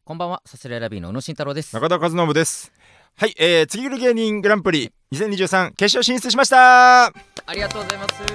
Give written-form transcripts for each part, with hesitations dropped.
こんばんは、サスレラビーの宇野慎太郎です。 中田和信です。はい、次来る芸人グランプリ2023決勝進出しました。 ありがとうございます。 あり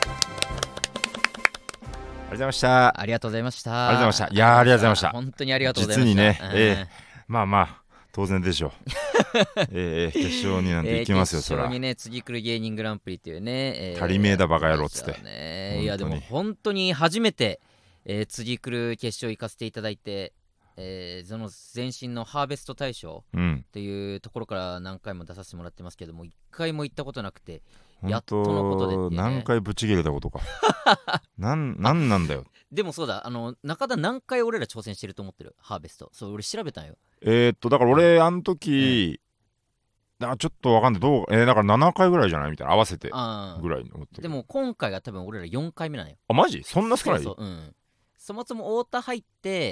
がとうございました。 ありがとうございました。 ありがとうございました。いやー、ありがとうございました。 本当にありがとうございました。 実にね、まあまあ当然でしょう。決勝になんて行きますよ、そら。 決勝にね、次来る芸人グランプリっていうね、 足りめえだバカ野郎っつって。 いやでも本当に初めて、次来る決勝行かせていただいて、その前身のハーベスト大賞っていうところから何回も出させてもらってますけども、一回も行ったことなくて、やっとのことでっていうね。 何回ぶち切れたことか。なんだよ。 でもそうだ、中田何回俺ら挑戦してると思ってる？ハーベスト。そう、俺調べたんよ。 だから俺あの時、ちょっとわかんない、だから7回ぐらいじゃないみたいな、合わせてぐらいに思ってる。 でも今回が多分俺ら4回目なんよ。 あ、マジ？そんな少ない？ そうそう、そもそも太田入って、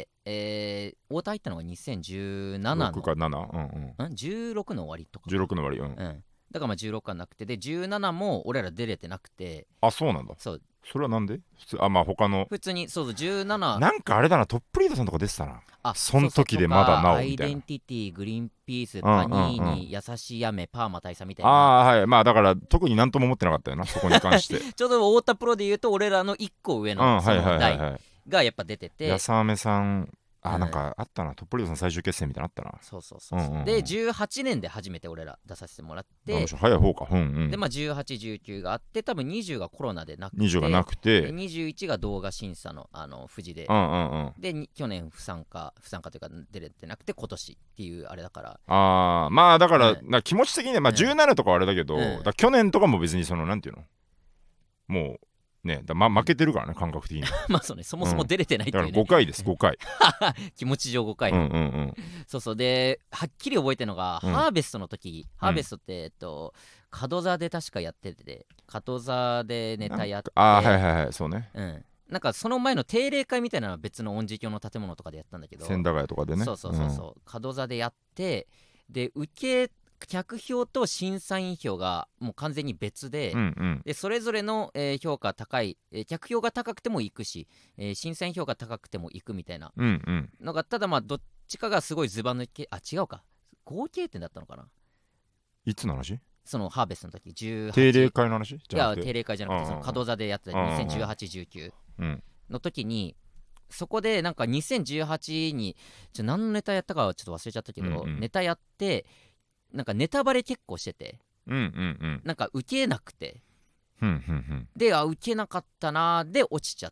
太田入ったのが2017の 6か7、 16の終わりとか。 16の終わり、 だからまあ16はなくて、で17も俺ら出れてなくて。 あ、そうなんだ。それはなんで？まあ他の普通にそう17 なんかあれだな、トップリードさんとか出てたな。その時でまだなおみたいな。 アイデンティティ、グリーンピース、パニーニ、優しい雨、パーマ大佐みたいな。 はい。まあだから特になんとも思ってなかったよな、そこに関してちょうど太田プロで言うと俺らの1個上のその代がやっぱ出てて、 安雨さん、なんかあったな、トップリードさん最終決戦みたいなのあったな。 そう、で18年で初めて俺ら出させてもらって、 早い方か。 でまあ18、19があって、多分20がコロナでなくて、 20がなくて、 21が動画審査の富士で、で去年不参加というか出れてなくて、今年っていうあれだから。 まあだから気持ち的にはまあ17とかはあれだけど、去年とかも別にそのなんていうの、もうね、負けてるからね、感覚的に。 まあそうね、そもそも出れてないっていうね。 だから5回です、5回。 気持ち上5回。そうで、はっきり覚えてるのが、ハーベストの時、ハーベストって門座で確かやってて、門座でネタやって、 そうね。 なんかその前の定例会みたいなのは別の音字教の建物とかでやったんだけど、 千駄ヶ谷とかでね。 そう門座でやって、で客票と審査員票がもう完全に別で、でそれぞれの、評価高い、客票が高くても行くし、審査員票が高くても行くみたいなのが、ただまあどっちかがすごいズバ抜け、違うか、合計点だったのかな。 いつの話？ そのハーベストの時18、 定例会の話？ いや定例会じゃなくて、その門座でやってた2018、19の時に、そこでなんか2018に何のネタやったかはちょっと忘れちゃったけど、ネタやってなんかネタバレ結構してて、なんか受けなくて、で受けなかったなーで落ちちゃって、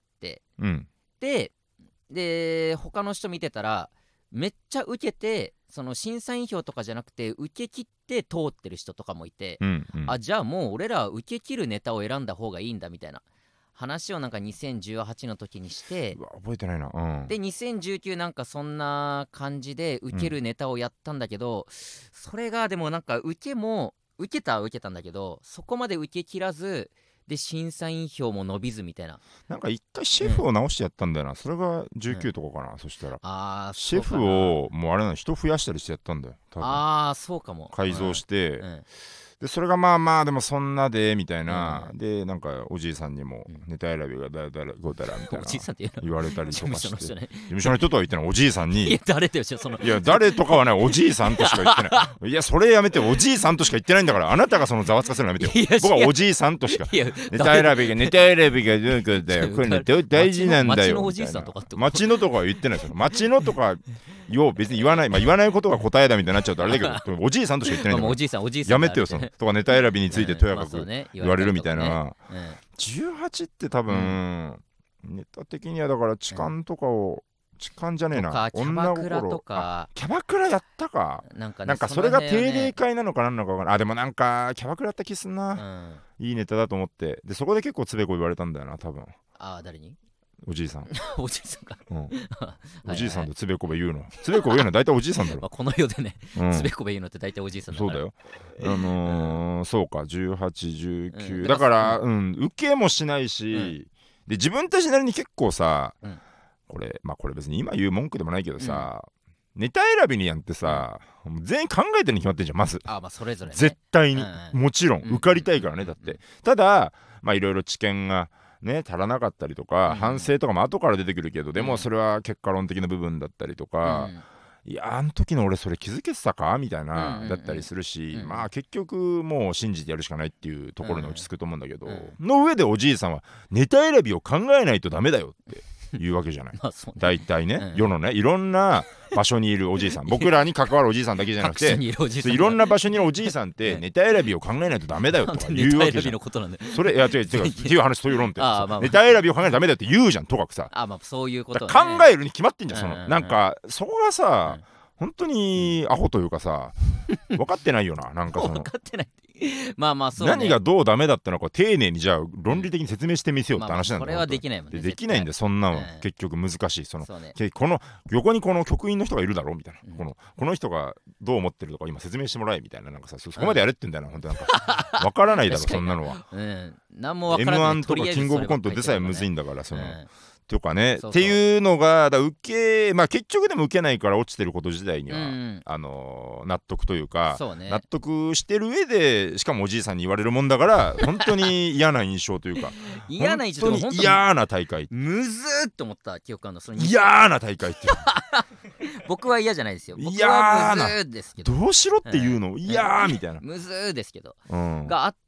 で他の人見てたらめっちゃ受けて、その審査員票とかじゃなくて受け切って通ってる人とかもいて、じゃあもう俺ら受け切るネタを選んだ方がいいんだみたいな話をなんか2018の時にして、 覚えてないな。 で2019なんかそんな感じで受けるネタをやったんだけど、それがでもなんか受けたんだけど、そこまで受け切らずで審査員票も伸びずみたいな。 なんか一回シェフを直してやったんだよな、それが19とかかな。そしたらシェフをもうあれな、人増やしたりしてやったんだよ多分。 そうかも。 改造して、でそれがまあでもそんなでみたいな、でなんかおじいさんにもネタ選びが誰ごたらみたいな言われたりとかして、事務所の人とは言ってない、おじいさんに。 いや誰でしょ、 いや誰とかはね、おじいさんとしか言ってない。いやそれやめて、おじいさんとしか言ってないんだから、あなたがそのざわつかせるのやめてよ。僕はおじいさんとしか。ネタ選びがどういうことだよ、これね大事なんだよ。町のとかは言ってないですよ。町のとかよ別に言わない、言わないことが答えだみたいになっちゃうとあれだけど、おじいさんとしか言ってないんだから。 おじいさんやめてよ、そのとかネタ選びについてとやかく言われるみたいな。18って多分ネタ的にはだから痴漢とかを、痴漢じゃねえな、 キャバクラとか、 キャバクラやったかなんかそれが定例会なのかなんのか分からない。でもなんかキャバクラやった気すんな。いいネタだと思って、でそこで結構つべこ言われたんだよな多分。 誰に？ おじいさん。 おじいさんか。 おじいさんでつべこべ言うの。つべこべ言うのは大体おじいさんだろ。 この世でね、つべこべ言うのって大体おじいさんだから。 そうだよ。そうか、18、19。だから、受けもしないし、で自分たちなりに結構さ、これ別に今言う文句でもないけどさ、ネタ選びにやんってさ、全員考えてるに決まってんじゃん、まず。 それぞれね。 絶対に。もちろん、受かりたいからね、だって。ただ、いろいろ知見が、ね、足らなかったりとか、反省とかも後から出てくるけど、でもそれは結果論的な部分だったりとか、 いやあの時の俺それ気づけてたかみたいな、だったりするし、まあ結局もう信じてやるしかないっていうところに落ち着くと思うんだけど、の上でおじいさんはネタ選びを考えないとダメだよって言うわけじゃない大体ね、世のねいろんな場所にいるおじいさん、僕らに関わるおじいさんだけじゃなくていろんな場所にいるおじいさんってネタ選びを考えないとダメだよとか言うわけじゃん。それいや違うっていう話という論ってネタ選びを考えないとダメだよって言うじゃんとかくさ、 そういうこと考えるに決まってんじゃん。そのなんかそこがさ本当にアホというかさ分かってないよな。なんかその分かってないまあそう、ね、何がどうダメだったのか丁寧にじゃあ論理的に説明してみせようって話なんだよ。 それはできないもんね。 できないんでそんなの、結局難しい。そのこの横にこの局員の人がいるだろうみたいな、この人がどう思ってるとか今説明してもらえみたいな、なんかさそこまでやれってんだよな。本当なんか分からないだろそんなのは。 何も分からない。 M1 とかキングオブコントでさえむずいんだからその。とかねっていうのが結局でも受けないから落ちてること自体には、納得というか、納得してる上でしかもおじいさんに言われるもんだから本当に嫌な印象というか嫌な印象、 本当に嫌な大会、 むずーって思った記憶あるの。 嫌な大会って僕は嫌じゃないですよ。僕はむずーですけど、 どうしろっていうの嫌みたいなむずーですけどがあって、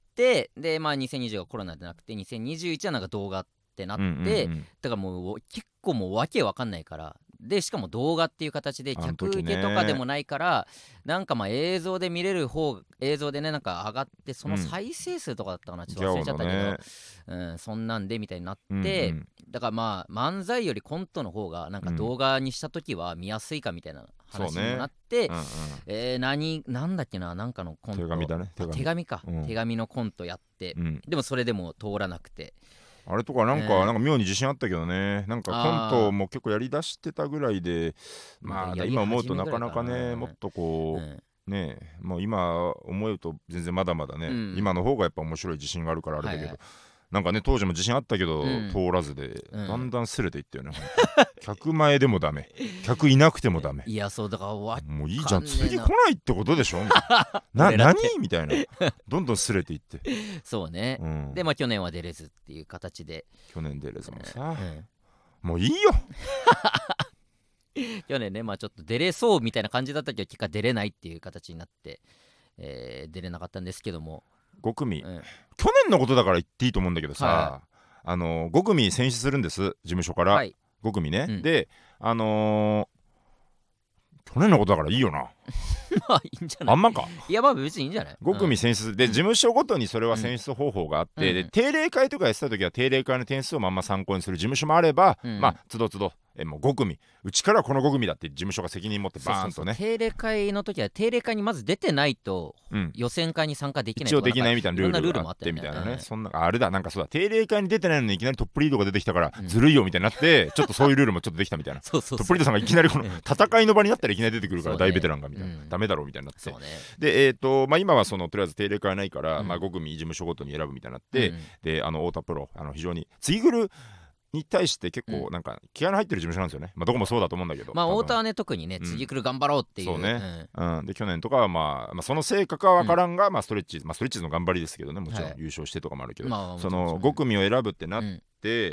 で2020がコロナじゃなくて2021はなんか動画ってなって、だからもう結構もうわけわかんないから、でしかも動画っていう形で客受けとかでもないから、なんか映像で見れる方、映像でねなんか上がって、その再生数とかだったかな、ちょっと忘れちゃったけど、そんなんでみたいになって、だから漫才よりコントの方がなんか動画にした時は見やすいかみたいな話になって、なんだっけな、なんかのコント、手紙だね、手紙か、手紙のコントやって、でもそれでも通らなくて、 あれとかなんか妙に自信あったけどね。なんかコントも結構やりだしてたぐらいで、今思うとなかなかね、もっとこうね、もう今思うと全然まだまだね、今の方がやっぱ面白い自信があるからあれだけど、なんかね当時も自信あったけど通らずで、だんだんすれていったよね。客前でもダメ、客いなくてもダメ。 いやそうだからもういいじゃん、次来ないってことでしょ何みたいな、どんどんすれていってそうね、で去年は出れずっていう形で、 去年出れずもさ、もういいよ去年ねちょっと出れそうみたいな感じだったけど結果出れないっていう形になって、出れなかったんですけども、 5組、去年のことだから言っていいと思うんだけどさ、5組選出するんです、事務所から、5組ね、で去年のことだからいいよないいんじゃない。 あんまか。 いや別にいいんじゃない。 5組選出で、事務所ごとにそれは選出方法があって、で定例会とかやってた時は定例会の点数をまんま参考にする事務所もあれば、つどつどもう5組うちからこの5組だって事務所が責任持ってバーンとね、 定例会の時は定例会にまず出てないと予選会に参加できない一応できないみたいなルールがあってみたいなね。そんなあれだ、なんかそうだ、定例会に出てないのにいきなりトップリードが出てきたからずるいよみたいになって、ちょっとそういうルールもちょっとできたみたいな。トップリードさんがいきなりこの戦いの場になったらいきなり出てくるから大ベテランがみたいな、ダメだろうみたいになって、で今はそのとりあえず定例会ないから、5組事務所ごとに選ぶみたいになって、で太田プロ非常にツイグルに対して結構なんか気合の入ってる事務所なんですよね。どこもそうだと思うんだけど、 太田はね特にね次来る頑張ろうっていう、 そうね、で去年とかはその成果かは分からんが、ストレッチーズの頑張りですけどね、もちろん優勝してとかもあるけど、その5組を選ぶってなって、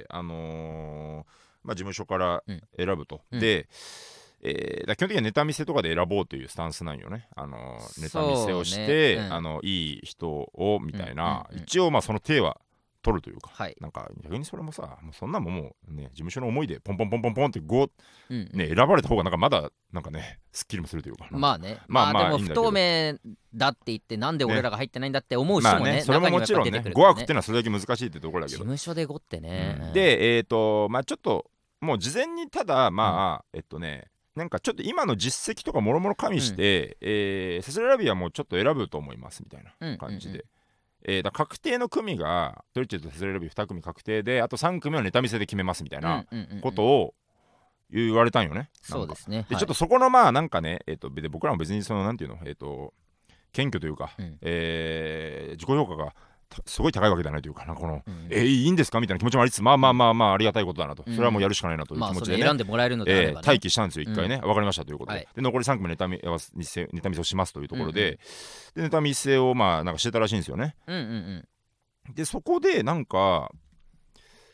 事務所から選ぶと、で基本的にはネタ見せとかで選ぼうというスタンスなんよね。ネタ見せをして、いい人をみたいな、一応その手は取るというか、なんか逆にそれもさ、もうそんなももうね事務所の思いでポンポンポンポンポンって選ばれた方がなんかまだなんかねすっきりもするというか、 でも不透明だって言ってなんで俺らが入ってないんだって思う人もね、 それももちろんね、5枠ってのはそれだけ難しいってところだけど、 事務所で5ってね、 でちょっともう事前にただなんかちょっと今の実績とかもろもろ加味して、セスララビはもうちょっと選ぶと思いますみたいな感じで、確定の組がトリッチとセスララビ2組確定で、あと3組はネタ見せで決めますみたいなことを言われたんよね。 そうですね。 でちょっとそこのなんかね、で僕らも別にそのなんていうの謙虚というか、自己評価がすごい高いわけじゃないというかな、この、いいんですかみたいな気持ちもありつつ、ありがたいことだなと、それはもうやるしかないなという気持ちでね、 選んでもらえるのであればね、 待機したんですよ、1回ね、分かりましたということで、で残り3組ネタ見せをしますというところで、ネタ見せをなんかしてたらしいんですよね。でそこでなんか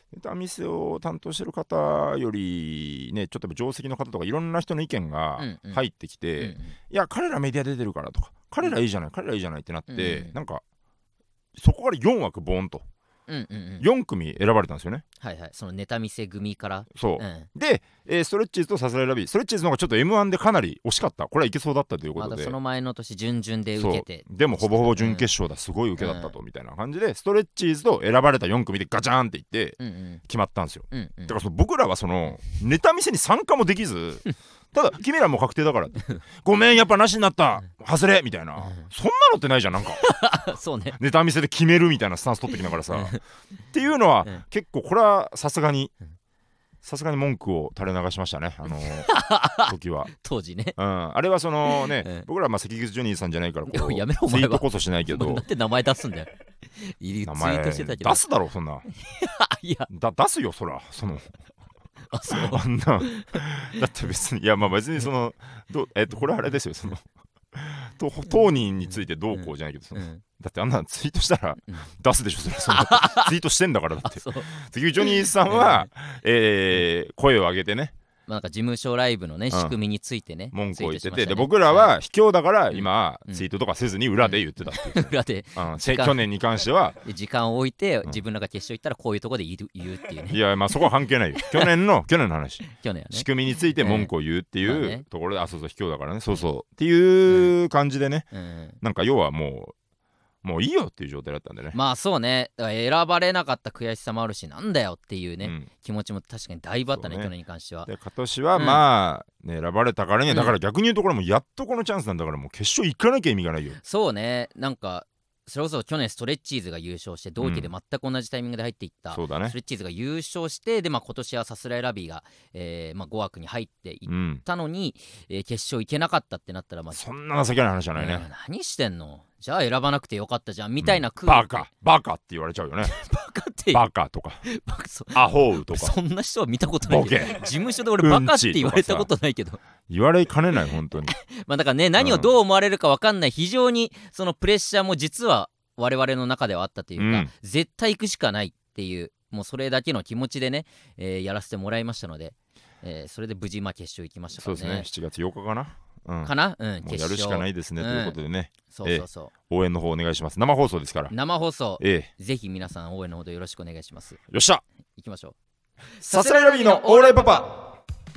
ネタ見せを担当してる方よりねちょっと定石の方とかいろんな人の意見が入ってきて、いや彼らメディア出てるからとか彼らいいじゃない彼らいいじゃないってなって、なんかそこから4枠ボーンと4組選ばれたんですよね。 はいはい、そのネタ見せ組から。 そう、で、ストレッチーズとさすらいラビー、ストレッチーズの方がちょっと M1 でかなり惜しかった、これはいけそうだったということで、 まだその前の年準々で受けて、 でもほぼほぼ準決勝だ、すごい受けだったと、みたいな感じでストレッチーズと選ばれた4組でガチャーンっていって決まったんですよ。だからその僕らはそのネタ見せに参加もできずただ君らも確定だからごめんやっぱなしになった外れみたいな、そんなのってないじゃんなんかそうね、 ネタ見せで決めるみたいなスタンス取ってきながらさっていうのは結構これはさすがに文句を垂れ流しましたね時は当時ね、 あれはそのね、僕らは関口ジョニーさんじゃないからこうやめろお前はツイートこそしないけどなんで名前出すんだよ名前出すだろそんないや出すよそらそのあんなだって別にいやまあ別にそのこれあれですよその当人についてどうこうじゃないけどそのだってあんなツイートしたら出すでしょそれそんなツイートしてんだからだって関口ジョニーさんは声を上げてねなんか事務所ライブのね仕組みについてね文句を言ってて、で僕らは卑怯だから今ツイートとかせずに裏で言ってたっていう裏で去年に関しては時間を置いて自分らが決勝行ったらこういうとこで言うっていうね。 いやまあそこは関係ないよ去年の話去年はね仕組みについて文句を言うっていうところでそう卑怯だからねそうっていう感じでねなんか要はもういいよっていう状態だったんでね。 まあそうね、だから選ばれなかった悔しさもあるしなんだよっていうね、気持ちも確かにだいぶあったね去年に関しては。 で今年はまあ、ね、選ばれたからにはだから逆に言うところもやっとこのチャンスなんだからもう決勝行かなきゃ意味がないよ。 そうね、なんかそれこそ去年ストレッチーズが優勝して同期で全く同じタイミングで入っていった、ストレッチーズが優勝してで、今年はさすらいラビーが、5枠に入っていったのに、決勝行けなかったってなったら、 そんな情けない話じゃないね、 何してんのじゃあ選ばなくてよかったじゃんみたいな空気、 バカって言われちゃうよねバカってバカとかアホウとかそんな人は見たことないけど事務所で俺バカって言われたことないけど言われかねない本当にまあだからね何をどう思われるか分かんない非常にそのプレッシャーも実は我々の中ではあったというか、絶対行くしかないっていうもうそれだけの気持ちでね、やらせてもらいましたので、それで無事決勝行きましたからね。 そうですね7月8日かなもうやるしかないですね、ということでねそう応援の方お願いします。生放送ですから生放送、ぜひ皆さん応援のほどよろしくお願いします。よっしゃ行きましょう。 さすらいラビーのオーライパパ。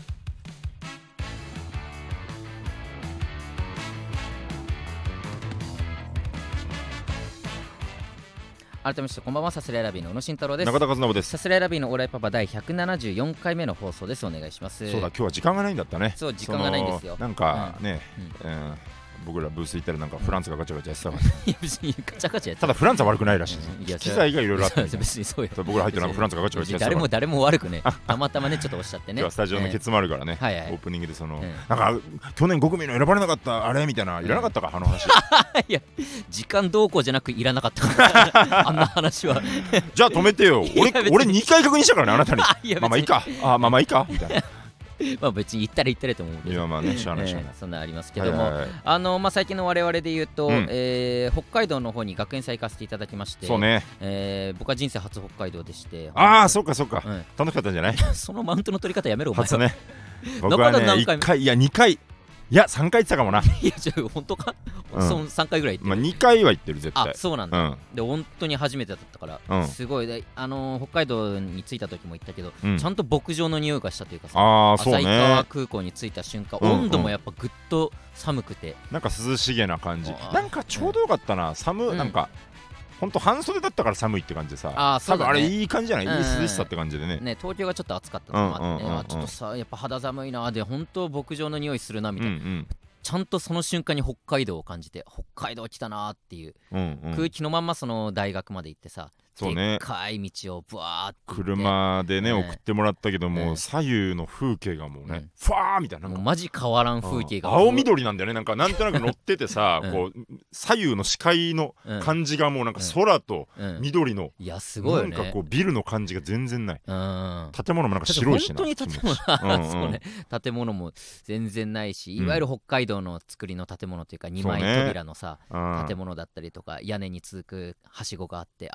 改めましてこんばんは、さすらいラビーの宇野慎太郎です。 中田和信です。 さすらいラビーのオーライパパ第174回目の放送です。お願いします。 そうだ今日は時間がないんだったね。 そう時間がないんですよ。 なんかね、僕らブース行ったらなんかフランツがガチャガチャやってたから、 いや別にガチャガチャやってただフランツは悪くないらしいです。機材がいろいろあって別にそうよ。 僕ら入ってなんかフランツがガチャガチャやってた誰も悪くねたまたまねちょっとおっしゃってね。 今日はスタジオのケツもあるからね、 オープニングでそのなんか去年5組の選ばれなかったあれみたいないらなかったかあの話いや時間どうこうじゃなくいらなかったからあんな話はじゃあ止めてよ。俺2回確認したからねあなたにまあまあいいかまあいいかみたいなまあ別に行ったらと思うけど、 いやまあねしゃあないそんなありますけども、まあ最近の我々で言うと、北海道の方に学園祭行かせていただきまして、 そうね、 僕は人生初北海道でして、 そうか、楽しかったんじゃない？ そのマウントの取り方やめろお前。 初ね。僕はね1回いや2回いや3回行ってたかもな。 いや本当か、その3回ぐらい行ってる。 2回は行ってる絶対。 そうなんだ、で本当に初めてだったから、すごいで北海道に着いた時も言ったけど、ちゃんと牧場の匂いがしたというかさ、旭川空港に着いた瞬間、温度もやっぱぐっと寒くて、 なんか涼しげな感じ、なんかちょうどよかったな。なんかほんと半袖だったから寒いって感じでさ、多分あれいい感じじゃない、いい涼しさって感じでね。 東京がちょっと暑かったのもあって、ちょっとさやっぱ肌寒いなで、本当牧場の匂いするなみたいな、ちゃんとその瞬間に北海道を感じて、北海道来たなっていう、空気のまんまその大学まで行ってさ、でっかい道をブワーって車でね、送ってもらったけども、左右の風景がもうね、ファーみたいな、 もうマジ変わらん風景が、 青緑なんだよね。なんとなく乗っててさ、こう左右の視界の感じがもうなんか空と緑の、 いやすごいよね。 なんかこうビルの感じが全然ない。建物もなんか白いしな。 本当に建物も全然ないし、いわゆる北海道の作りの建物というか2枚扉のさ、建物だったりとか、屋根に続くはしごがあって、あれ登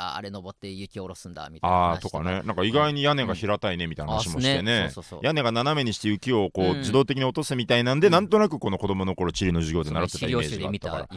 登って雪を下ろすんだみたいな話とかね、なんか意外に屋根が平たいねみたいな話もしてね、屋根が斜めにして雪をこう自動的に落とすみたいなんで、なんとなくこの子供の頃地理の授業で習ってたイメージがあったから、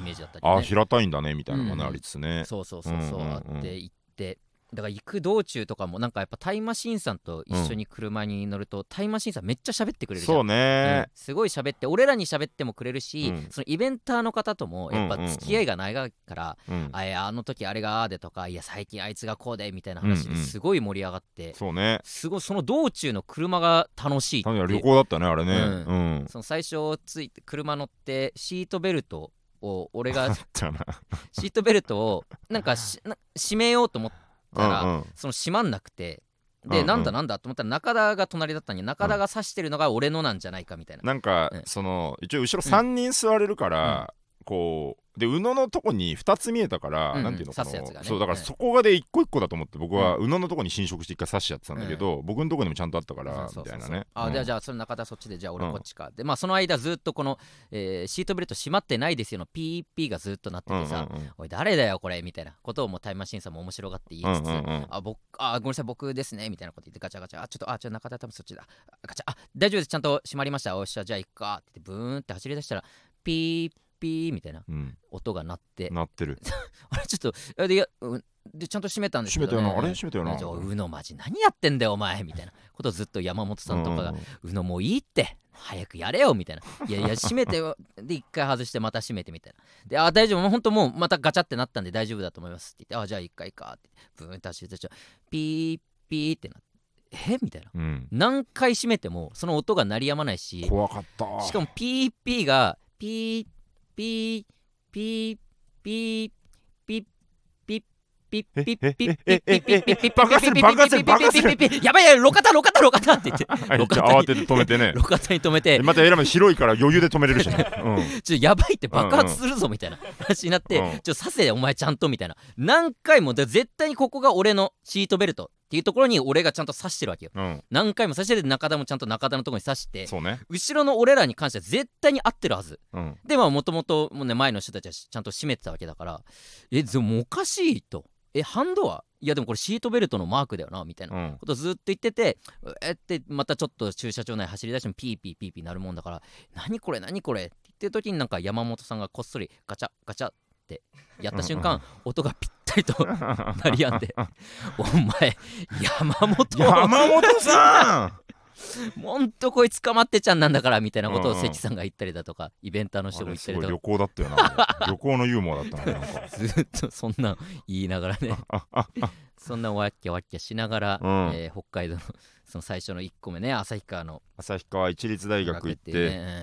平たいんだねみたいなのがねありつつね、 そうあって行って、だから行く道中とかもなんかやっぱタイムマシーンさんと一緒に車に乗ると、タイムマシーンさんめっちゃ喋ってくれるじゃん。 そうね、 すごい喋って、俺らに喋ってもくれるし、そのイベンターの方ともやっぱ付き合いが長いから、あの時あれがあーでとか、いや最近あいつがこうでみたいな話ですごい盛り上がって、 そうね、 すごいその道中の車が楽しいって。 旅行だったねあれね。 その最初ついて車乗ってシートベルトを俺がシートベルトをなんか締めようと思ってたら、その閉まんなくて、で、なんだと思ったら中田が隣だったのに、中田が指してるのが俺のなんじゃないかみたいな、 なんか、その一応後ろ3人座れるから、こうで宇野のとこに2つ見えたから、なんていうのかな、そうだからそこがで一個一個だと思って、僕は宇野のとこに侵食して一回刺しちゃってたんだけど、僕のとこにもちゃんとあったからみたいなね。 じゃあその中田そっちで、じゃあ俺こっちか、でその間ずっとこの、シートベルト閉まってないですよの PP がずっと鳴っててさ、おい誰だよこれみたいなことをもうタイムマシーンさんも面白がって言いつつ、ごめんなさい僕ですねみたいなこと言って、ガチャガチャ、ちょっと中田多分そっちだ、ガチャ、大丈夫です、ちゃんと閉まりました、おっしゃじゃあ行くかって言ってブーンって走り出したら、ピーピーみたいな音が鳴ってるあれちょっとでちゃんと閉めたんですけど、ね、 閉めたよなうのマジ何やってんだよお前みたいなことをずっと山本さんとかが、うのもういいって早くやれよみたいな、いや閉めてよで一回外してまた閉めてみたいな、で大丈夫、本当もうまたガチャってなったんで大丈夫だと思いますって言って、じゃあ一回かってブーンって走ってピーピーってなってみたいな、何回閉めてもその音が鳴りやまないし、 怖かった。 しかもピーピーがピーピーピーピーピーピーピッピッピッピッピッピッピッピッピッピッ爆発するやばい路肩って言って慌てて止めてね、 路肩に止めて、 また広いから余裕で止めれるしね、 ちょやばいって爆発するぞみたいな話になって、させお前ちゃんとみたいな、何回も絶対にここが俺のシートベルトっていうところに俺がちゃんと刺してるわけよ、何回も刺してて、中田もちゃんと中田のところに刺して、後ろの俺らに関しては絶対に合ってるはず、でもともと前の人たちはちゃんと閉めてたわけだから、でもおかしいと、ハンドはいやでもこれシートベルトのマークだよなみたいなことをずっと言ってて、ってまたちょっと駐車場内走り出してもピーピーピーピーなるもんだから、何これって言ってる時になんか山本さんがこっそりガチャガチャってやった瞬間、音がぴったりと鳴りやんでお前山本さんほんとこいつ捕まってちゃんなんだからみたいなことを関さんが言ったりだとか、イベンターの人も言ったりとか、 旅行だったよな旅行のユーモアだったな、なんかずっとそんなん言いながらねそんなわっきゃわっきゃしながら、北海道のその最初の1個目ね、旭川市立大学行って、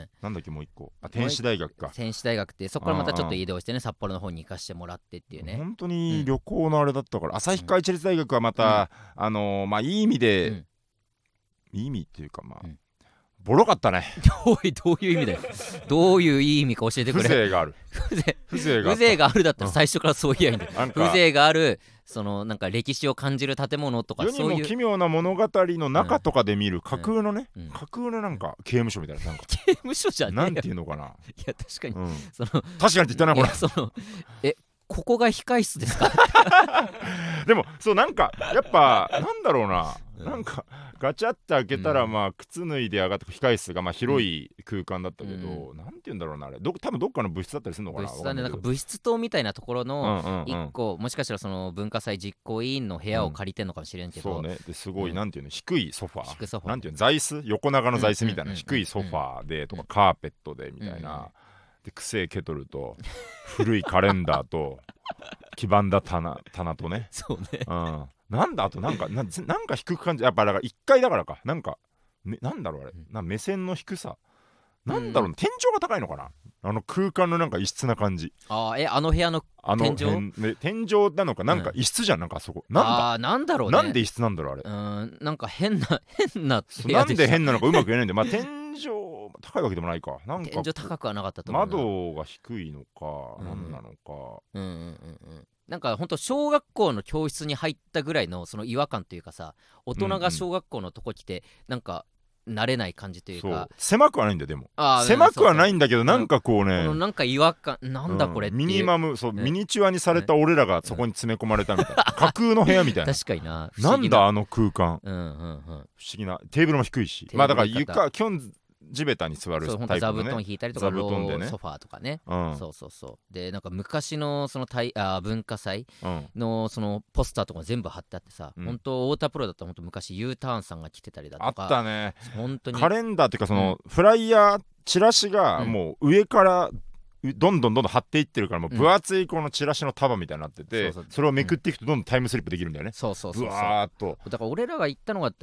なんだっけもう1個、天使大学か、 天使大学って、そこからまたちょっと移動してね、札幌の方に行かしてもらってっていうね、 本当に旅行のあれだったから、旭川市立大学はまた、いい意味で、いい意味っていうかボロかったね。 どういう意味だよどういういい意味か教えてくれ。 風情がある風情があるだったら最初からそう言えばいいんだよ。風情がある、そのなんか歴史を感じる建物とか、 世にも奇妙な物語の中とかで見る架空のね、架空のなんか刑務所みたいな、なんか刑務所じゃねえよ、 なんていうのかな、いや確かに、 確かにって言ったなこれ、 ここが控室ですかでもそうなんかやっぱなんだろうな、なんかガチャって開けたら靴脱いで上がって控室が広い空間だったけど、なんて言うんだろうな、あれ多分どっかの部室だったりするのかな。 部室だね、なんか部室棟みたいなところの一個、もしかしたらその文化祭実行委員の部屋を借りてんのかもしれんけど、 そうね、ですごいなんていうの、低いソファー、なんていうの、座椅子、横長の座椅子みたいな低いソファーでとかカーペットでみたいな、でくせえケトルと古いカレンダーと黄ばんだ棚とね、 そうね、 なんだ、あとなんか低く感じ、やっぱだから1階だからか、なんか、なんだろうあれ、目線の低さ、なんだろう、天井が高いのかな、あの空間のなんか異質な感じ。 あの部屋の天井、 天井なのか、なんか異質じゃん、なんかあそこなんだろうね、 なんで異質なんだろうあれ、 なんか変な部屋で、なんで変なのかうまく言えないんで、天井高いわけでもないか、なんか天井高くはなかったと思う。 窓が低いのか、なんなのか、 なんかほんと小学校の教室に入ったぐらいのその違和感というかさ、大人が小学校のとこ来てなんか慣れない感じというか、 狭くはないんだよ。でも狭くはないんだけど、なんかこうね、 なんか違和感、なんだこれっていう、 ミニマム、ミニチュアにされた俺らがそこに詰め込まれたみたいな、架空の部屋みたいな。 確かにな、 なんだあの空間、不思議な。テーブルも低いし、まあだから床基本地べたに座るタイプのね、 座布団引いたりとか、ローソファーとかね、そうで、なんか昔のその文化祭のそのポスターとか全部貼ってあってさ、本当太田プロだったら本当昔 U ターンさんが来てたりだとかあったね。 本当にカレンダーっていうか、そのフライヤーチラシがもう上からどんどん貼っていってるから、もう分厚いこのチラシの束みたいになってて、それをめくっていくとどんどんタイムスリップできるんだよね。 ブワーっと。 だから俺らが行ったのが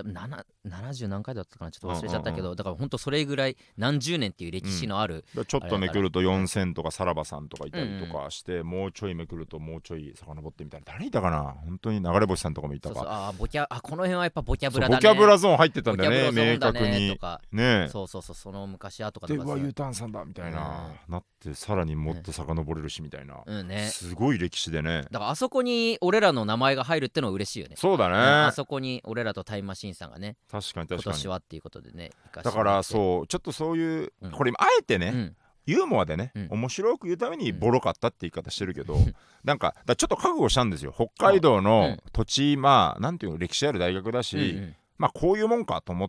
70何回だったかな、ちょっと忘れちゃったけど、だからほんとそれぐらい何十年っていう歴史のある、 ちょっとめくると4000とかさらばさんとかいたりとかして、もうちょいめくるともうちょい遡ってみたいな。誰いたかな、本当に流れ星さんとかもいたか。この辺はやっぱボキャブラだね。 ボキャブラゾーン入ってたんだよね、明確にね。 その昔とかで、うわ U ターンさんだみたいななって、さらにもっと遡れるしみたいな、すごい歴史でね。 だからあそこに俺らの名前が入るってのは嬉しいよね。 そうだね、 あそこに俺らとタイムマシーンさんがね、 確かに今年はっていうことでね。 だからそうちょっとそういう、これあえてね、ユーモアでね、面白く言うためにボロかったって言い方してるけど、なんかちょっと覚悟したんですよ。北海道の土地、まあなんていうの、歴史ある大学だし、まあこういうもんかと思って、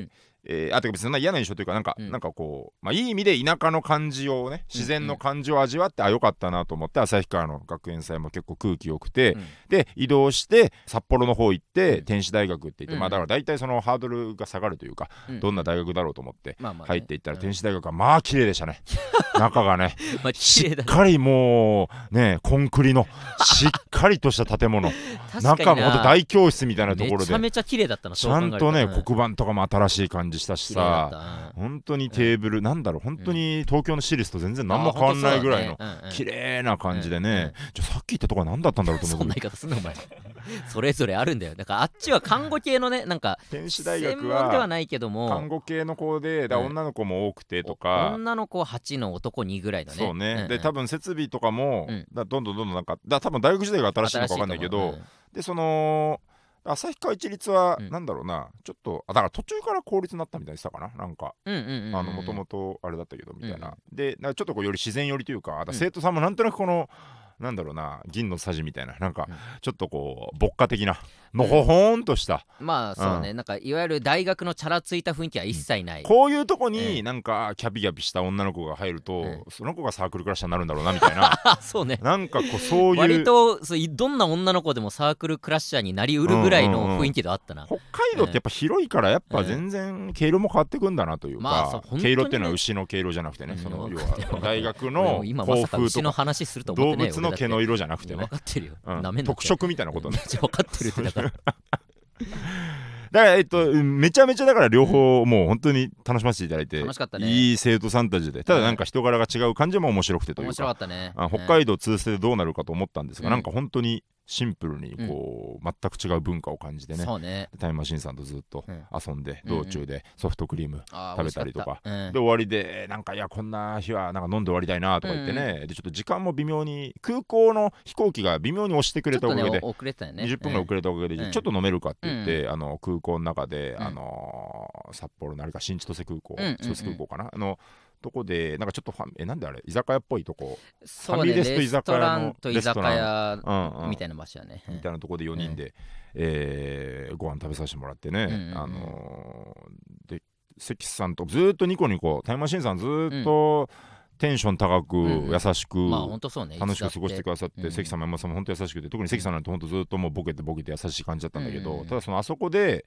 あと別にそんな嫌な印象というか、なんかこう、まあ、いい意味で田舎の感じをね、自然の感じを味わって、よかったなと思って、旭川の学園祭も結構空気良くて、で移動して札幌の方行って、天使大学って言って、まあだから大体そのハードルが下がるというか、どんな大学だろうと思って入っていったら、天使大学はまあ綺麗でしたね。中がねしっかりもうね、コンクリのしっかりとした建物中もほんと大教室みたいなところで、 めちゃめちゃ綺麗だったな。 ちゃんとね、黒板とかも新しい感じしたしさ、本当にテーブル、なんだろう、本当に東京の私立と全然何も変わんないぐらいの綺麗な感じでね。さっき言ったとこは何だったんだろうと思う。 そんな言い方すんなお前。それぞれあるんだよ。だからあっちは看護系のね、なんか天使大学専門ではないけども看護系の子で、女の子も多くてとか、 女の子8の男2ぐらいのね。 そうね。で多分設備とかもどんどんなんか多分大学時代が新しいのか分かんないけど、でその旭川一律はなんだろうな、ちょっとだから途中から公立になったみたいにしたかな、なんかもともとあれだったけどみたいな。でちょっとこうより自然寄りというか、生徒さんもなんとなくこのなんだろうな、銀のさじみたいな、なんかちょっとこう牧歌的なのほほんとした、 まあそうね、なんかいわゆる大学のチャラついた雰囲気は一切ない、 こういうとこになんかキャピキャピした女の子が入ると、その子がサークルクラッシャーになるんだろうなみたいなそうね、 なんかこうそういう割とどんな女の子でもサークルクラッシャーになりうるぐらいの雰囲気であったな。 北海道ってやっぱ広いから、やっぱ全然毛色も変わってくんだなというか、毛色っていうのは牛の毛色じゃなくてね、その要は大学の校風とか動物の毛の色じゃなくてね、 分かってるよ、 特色みたいなことね、 分かってるってだからだからめちゃめちゃだから両方もう本当に楽しませていただいて、 楽しかったね、 いい生徒さんたちで、ただなんか人柄が違う感じも面白くてというか、 面白かったね、 北海道通世でどうなるかと思ったんですが、なんか本当にシンプルにこう、全く違う文化を感じてね、タイムマシーンさんとずっと遊んで、道中でソフトクリーム食べたりとか、で終わりでなんか、いやこんな日はなんか飲んで終わりたいなとか言ってね、でちょっと時間も微妙に、空港の飛行機が微妙に押してくれたおかげで、20分ぐらい遅れたおかげで、ちょっと飲めるかって言って、空港の中で札幌のあれか、新千歳空港、千歳空港かな、とこでなんかちょっとなんであれ居酒屋っぽいとこ、 ファミレスと居酒屋のレストランみたいな場所やね、 みたいなとこで4人でご飯食べさせてもらってね、で関さんとずっとニコニコ、タイムマシーンさんずっとテンション高く優しく楽しく過ごしてくださって、関さんも山本さんも本当優しくて、特に関さんなんて本当ずっともうボケて優しい感じだったんだけど、ただそのあそこで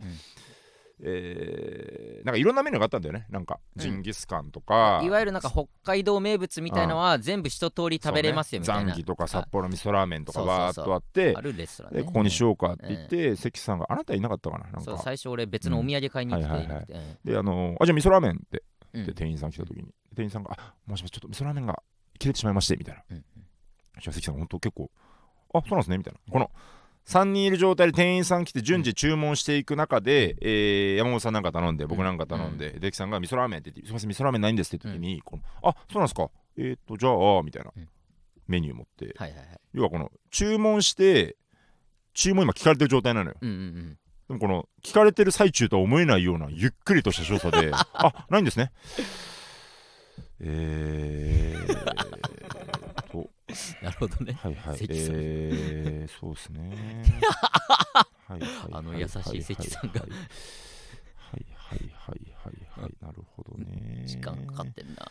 なんかいろんなメニューがあったんだよね。なんかジンギスカンとか、 いわゆるなんか北海道名物みたいなのは全部一通り食べれますよみたいな、 ザンギとか札幌味噌ラーメンとかわーっとあって、でここにしようかって言って、関さんがあなたいなかったかな、なんか最初俺別のお土産買いに行って、 でじゃあ味噌ラーメンって店員さん来た時に、店員さんがもしもしちょっと味噌ラーメンが切れてしまいましてみたいな、じゃあ関さん本当結構そうなんですねみたいな、この3人いる状態で店員さん来て順次注文していく中で、山本さんなんか頼んで、僕なんか頼んで、関さんが味噌ラーメンって言って、すみません味噌ラーメンないんですって時に、そうなんですか、じゃあみたいなメニュー持って、要はこの注文して注文今聞かれてる状態なのよ、 でもこの聞かれてる最中とは思えないようなゆっくりとした所作でないんですね。 なるほどね。 はいはい。そうですね。 優しい関さんが。 なるほどね。 時間かかってんな。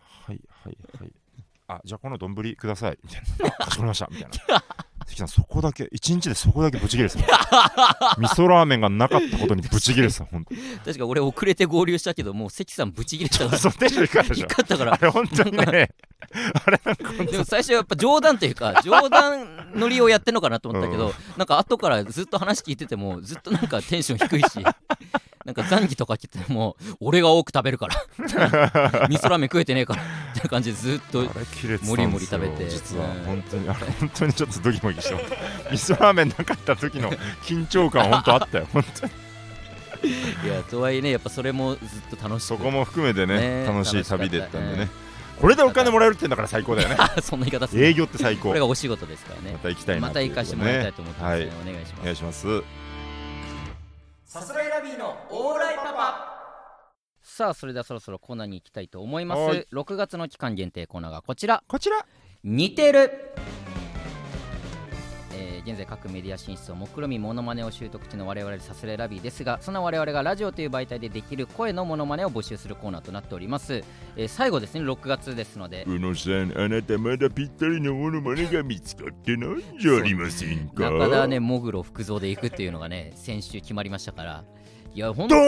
じゃあこの丼くださいみたいな。かしこまりましたみたいな。関さんそこだけ1日でそこだけブチギレですよ。味噌ラーメンがなかったことにブチギレですよ。本当。 確か俺遅れて合流したけどもう関さんブチギレたから。 そうテンション低かったでしょ。 低かったから。 あれ本当にね。あれなんかでも最初やっぱ冗談というか冗談ノリをやってんのかなと思ったけど、なんか後からずっと話聞いててもずっとなんかテンション低いし。なんかザンギとか来ても俺が多く食べるから味噌ラーメン食えてねえからっていう感じでずっともりもり食べて、 実は本当にちょっとドキドキして味噌ラーメンなかった時の緊張感は本当あったよ本当に。 いやとはいえねやっぱそれもずっと楽しく、 そこも含めてね楽しい旅でったんでね、これでお金もらえるってんだから最高だよね。 そんな言い方する。 営業って最高。 これがお仕事ですからね。 また行きたいな。 また行かしてもらいたいと思ってますね。お願いします。 お願いします。 さすらいラビーのオーライパパ。さあそれではそろそろコーナーに行きたいと思います。6月の期間限定コーナーがこちら似てる。現在各メディア進出を目論みモノマネを習得中の我々さすらいラビーですが、その我々がラジオという媒体でできる声のモノマネを募集するコーナーとなっております。最後ですね、6月ですので、 宇野さんあなたまだぴったりのモノマネが見つかってないじゃありませんか。 中田ねもぐろ福蔵で行くっていうのがね先週決まりましたから、いや本当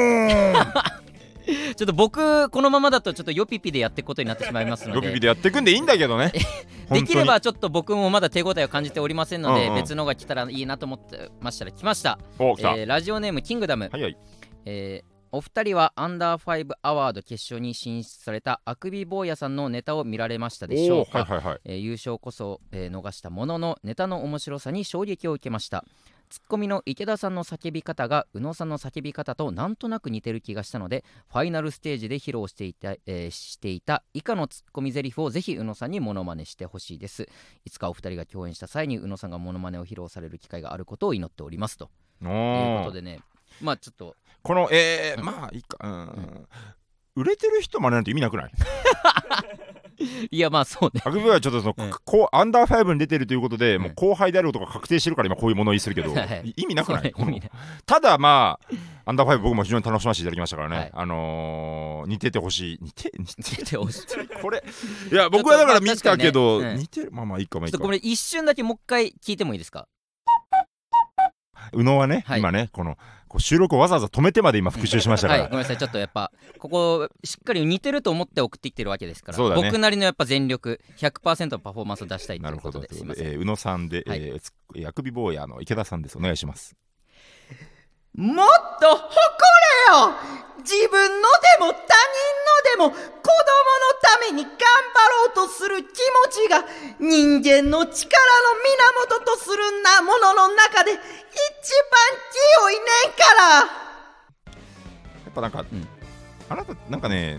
ちょっと僕このままだとちょっとヨピピでやっていくことになってしまいますので、 ヨピピでやっていくんでいいんだけどねできればちょっと僕もまだ手応えを感じておりませんので、別のが来たらいいなと思ってましたら来ました。ラジオネームキングダム、お二人はアンダー5アワード決勝に進出されたあくび坊やさんのネタを見られましたでしょうか。優勝こそ、逃したもののネタの面白さに衝撃を受けました。ツッコミの池田さんの叫び方が宇野さんの叫び方となんとなく似てる気がしたので、ファイナルステージで披露していた以下のツッコミゼリフをぜひ宇野さんにモノマネしてほしいです。いつかお二人が共演した際に宇野さんがモノマネを披露される機会があることを祈っておりますということでね、まあちょっとこのまあいいか、売れてる人真似なんて意味なくない？ いやまあそうね。 あくびはちょっとその、アンダー5に出てるということで、もう後輩であることが確定してるから今こういう物言いするけど、意味なくない？ただまあアンダー5僕も非常に楽しませていただきましたからね、似ててほしい。似ててほしいこれいや僕はだから見たけど、似てるまあいいか。 ごめん一瞬だけもう一回聞いてもいいですか？ 宇野はね、今ねこの収録をわざわざ止めてまで今復習しましたから、 ごめんなさい、ちょっとやっぱここしっかり似てると思って送ってきてるわけですから、 そうだね、 僕なりのやっぱ全力 100% のパフォーマンスを出したいということで。すいません。 宇野さんで、あくび坊やの池田さんです。お願いします。 もっと誇れよ。自分のでも他人のでも子供のために頑張ろうとする気持ちが人間の力の源とするものの中で一番強いねんから。 やっぱなんか、あなたなんかね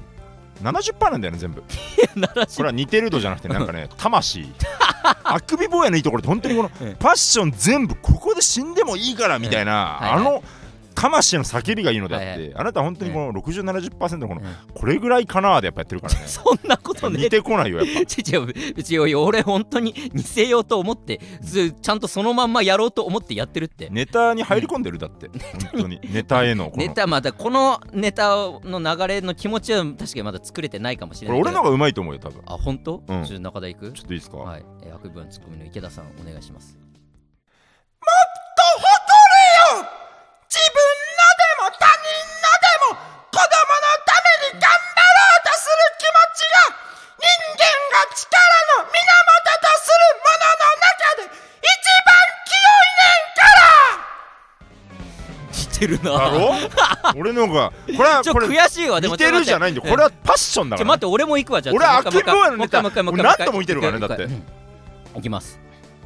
70% なんだよね全部。これは似てる度じゃなくてなんかね魂あくび坊やのいいところって本当にこのパッション全部ここで死んでもいいからみたいな、あの魂の叫びがいいのであって、あなた本当にこの 60-70% のこれぐらいかなーでやっぱやってるからね。 そんなことね、 似てこないよやっぱ。 違う俺本当に似せようと思ってちゃんとそのまんまやろうと思ってやってるって。 ネタに入り込んでるだって本当にネタへのネタまだこのネタの流れの気持ちは確かにまだ作れてないかもしれない。 俺の方がうまいと思うよ多分。 あ本当？ちょっと中田行く？ ちょっといいですか？ はい。あくび坊やのツッコミの池田さんお願いします。 もっと誇れよ。自分のでも他人のでも子供のために頑張ろうとする気持ちが人間が力の源とするものの中で一番強いねんから。 似てるな。だろ？俺の方がこれはちょっと悔しいわ。でも似てるじゃないんだよ。これはパッションだから。 待って俺も行くわ。じゃあ俺はあくび坊やのネタ何度も見てるからねだって。 いきます。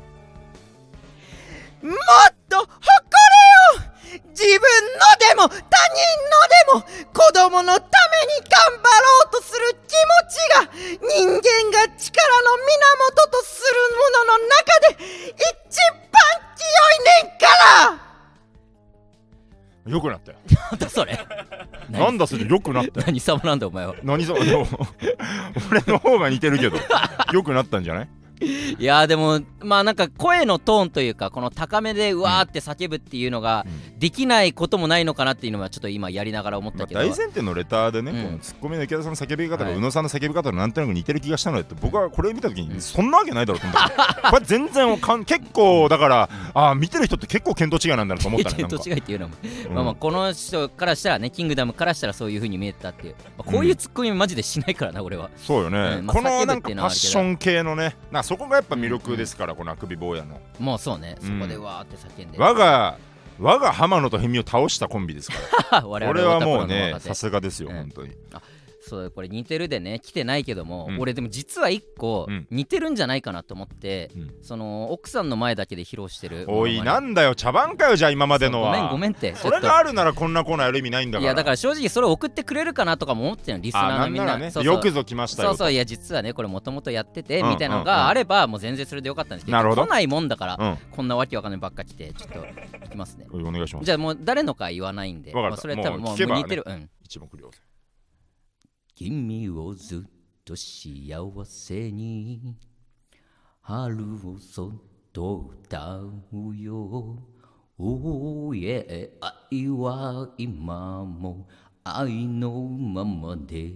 もっと誇れよ。自分のでも他人のでも子供のために頑張ろうとする気持ちが人間が力の源とするものの中で一番強いねんから。 それなんだそれ、よくなったよ。 何様なんだお前は。 何様俺の方が似てるけどよくなったんじゃない？ いやでもまあなんか声のトーンというかこの高めでうわーって叫ぶっていうのができないこともないのかなっていうのはちょっと今やりながら思ったけど、 大前提のレターでね、このツッコミの池田さんの叫び方が宇野さんの叫び方となんとなく似てる気がしたのでって、僕はこれ見た時にそんなわけないだろうと思ったこれ全然結構だから見てる人って結構見当違いなんだなと思ったね。 見当違いっていうのもまあこの人からしたらね、キングダムからしたらそういう風に見えたっていう、こういうツッコミマジでしないからな俺は。 そうよね、このなんかパッション系のね、そこがやっぱ魅力ですから、このあくび坊やの。 もうそうね、そこでわーって叫んで、 我が浜野とヘミを倒したコンビですからこれはもうね、さすがですよ、本当に。 そうこれ似てるでね来てないけども、俺でも実は一個似てるんじゃないかなと思って、その奥さんの前だけで披露してる。 おいなんだよ、茶番かよ、じゃあ今までのは。 ごめんってそれがあるならこんなコーナーやる意味ないんだから。 いやだから正直それ送ってくれるかなとかも思ってるの、リスナーのみんな。 ね、よくぞ来ましたよ。 そういや実はねこれもともとやっててみたいなのがあればもう全然それでよかったんですけど、来ないもんだから、こんなわけわかんないばっか来てちょっといきますね。 お願いします。 じゃあもう誰のか言わないんで、それ多分もう似てる。 一目瞭然。 君をずっと幸せに春をそっと歌うよ、おいえ愛は今も愛のままで。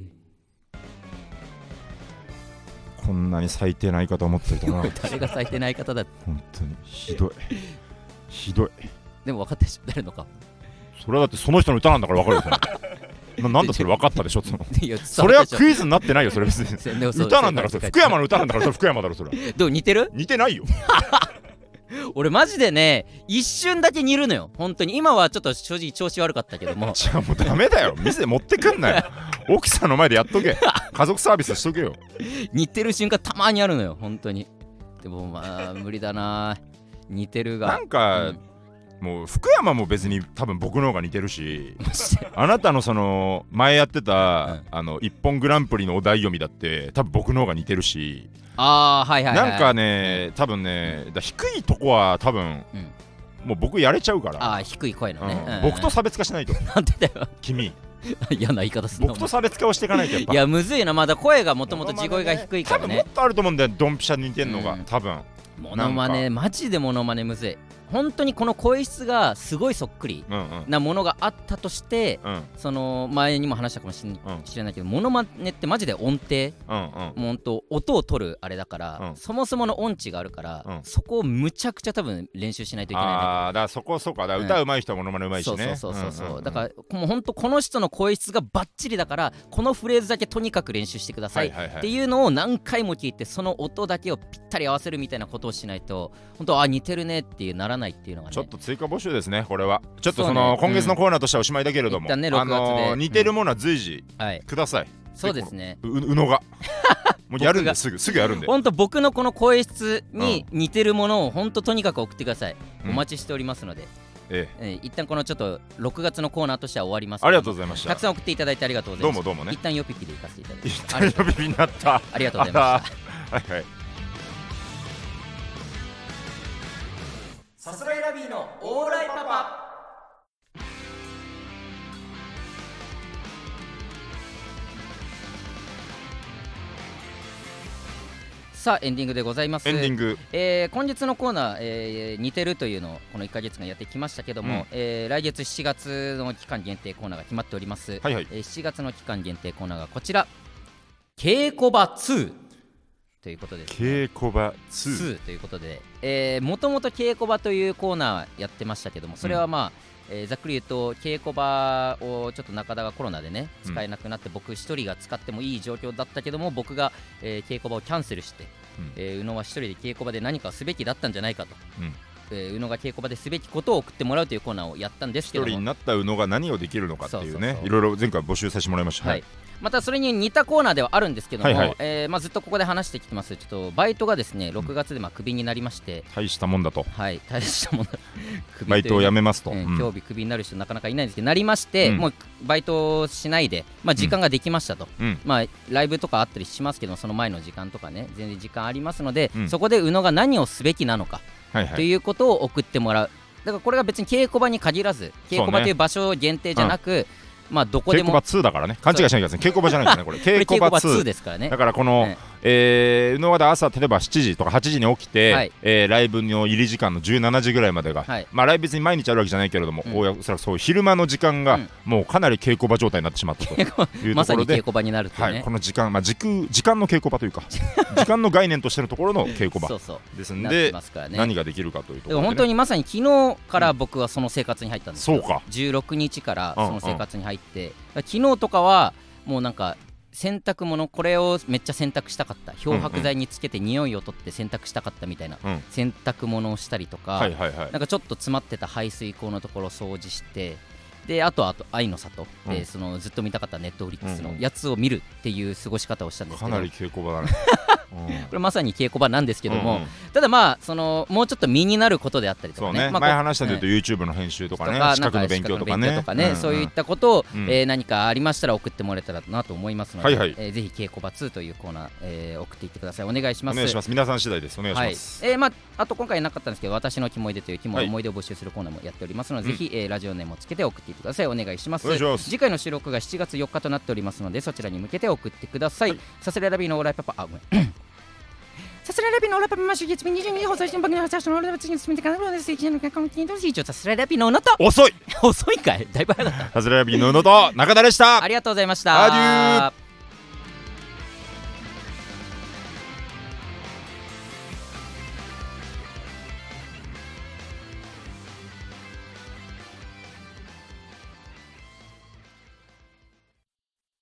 こんなに最低な言い方を持ってるとな誰が最低な言い方だ。 本当にひどいひどい。 でも分かったでしょ誰のか。 それはだってその人の歌なんだから分かるよなんだそれ分かったでしょそれはクイズになってないよ、それ別に歌なんだから、それ福山の歌なんだから、それ福山だろそれ。 どう似てる？ 似てないよ俺マジでね一瞬だけ似るのよ本当に。今はちょっと正直調子悪かったけどもじゃあもうダメだよ、店持ってくんなよ奥さんの前でやっとけ家族サービスしとけよ似てる瞬間たまにあるのよ本当に。でもまあ無理だな、似てるがなんか、もう福山も別に多分僕の方が似てるしあなたのその前やってた、一本グランプリのお題読みだって多分僕の方が似てるし、なんかね多分ね低いとこは多分、もう僕やれちゃうから。 低い声のね、 僕と差別化しないと。 なんでだよ君嫌な言い方すんの。 僕と差別化をしていかないとやっぱ。 いやむずいな、まだ声がもともと地声が低いからね。 多分もっとあると思うんだよ、ドンピシャに似てんのが、多分。 モノマネマジでモノマネむずい。本当にこの声質がすごいそっくりなものがあったとして、その前にも話したかもしれないけど、モノマネってマジで音程、もう音を取るあれだから、そもそもの音痴があるから、そこをむちゃくちゃ多分練習しないといけないんだけど。 だからそこそうか、歌うまい人はモノマネうまいしね。 そうだからもう本当この人の声質がバッチリだから、このフレーズだけとにかく練習してくださいっていうのを何回も聞いて、その音だけをぴったり合わせるみたいなことをしないと本当似てるねっていうならないっていうのがね。 ちょっと追加募集ですねこれは。ちょっとその今月のコーナーとしてはおしまいだけれども、似てるものは随時ください。 そうですね、 宇野がもうやるんですぐやるんで、 本当僕のこの声質に似てるものを本当とにかく送ってください。お待ちしておりますので、一旦このちょっと6月のコーナーとしては終わります。 ありがとうございました。 たくさん送っていただいてありがとうございます。 どうもね。 一旦ヨピピで行かせていただきました。一旦ヨピピになった。 ありがとうございました。さすらいラビーのオーライパパ。さあエンディングでございます。 エンディング、 今月のコーナー、似てるというのをこの1ヶ月間やってきましたけども、来月7月の期間限定コーナーが決まっております。7月の期間限定コーナーがこちら、稽古場2ということです、ね、 稽古場2 ということで、もともと稽古場というコーナーやってましたけども、それはまあ、ざっくり言うと稽古場をちょっと中田がコロナでね使えなくなって、僕一人が使ってもいい状況だったけども、僕が、稽古場をキャンセルして、宇野は一人で稽古場で何かすべきだったんじゃないかと、宇野が稽古場ですべきことを送ってもらうというコーナーをやったんですけども、 一人になった宇野が何をできるのかっていうね、いろいろ前回募集させてもらいました。 またそれに似たコーナーではあるんですけども、ずっとここで話してきてます、ちょっとバイトがですね6月でクビになりまして、 大したもんだと、 大したもんだバイトを辞めますと、 今日クビになる人なかなかいないんですけど、なりまして、もうバイトしないで、時間ができましたと、ライブとかあったりしますけど、その前の時間とかね全然時間ありますので、そこで宇野が何をすべきなのかということを送ってもらうだからこれが別に稽古場に限らず、稽古場という場所限定じゃなく、まあどこでも。 稽古場2だからね、勘違いしないでください。稽古場じゃないからね、これ。稽古場2 ですからね。 だからこの、宇野和田朝例えば7時とか8時に起きて、ライブの入り時間の17時ぐらいまでが、まあライブ別に毎日あるわけじゃないけれども、おそらくそういう昼間の時間がもうかなり稽古場状態になってしまったというところで、 まさに稽古場になるってね。 この時間、まあ時間の稽古場というか時間の概念としてのところの稽古場ですんで、何ができるかというところで、 本当にまさに昨日から僕はその生活に入ったんですよ。 そうか。 16日からその生活に入って、昨日とかはもうなんか洗濯物、これをめっちゃ洗濯したかった、漂白剤につけて匂いを取って洗濯したかったみたいな、洗濯物をしたりとか、なんかちょっと詰まってた排水口のところを掃除して、であと愛の里で、そのずっと見たかったネットフリックスのやつを見るっていう過ごし方をしたんですけど、 かなり稽古場だねこれまさに稽古場なんですけども、ただまあそのもうちょっと身になることであったりとかね、 前話したでいうと YouTube の編集とかね、資格の勉強とかね、 そういったことを何かありましたら送ってもらえたらなと思いますので、ぜひ稽古場2というコーナー送っていってください。お願いします。 お願いします。皆さん次第です。お願いします。 まああと今回なかったんですけど、私のキモいでというキモい思い出を募集するコーナーもやっておりますので、ぜひラジオネームをつけて送っていってください。お願いします。次回の収録が7月4日となっておりますので、そちらに向けて送ってください。サスレラビーのオーライパパ、ごめんサスレラビーのオーライパパマッシュ月日22放送して番組の発信のオーライパパ次に進めてからのです。一年の結婚金と市場サスレラビーのノート遅い遅いかい、だいぶ早かった。 サスレラビーのノート中田でした。 ありがとうございました。 アデュー。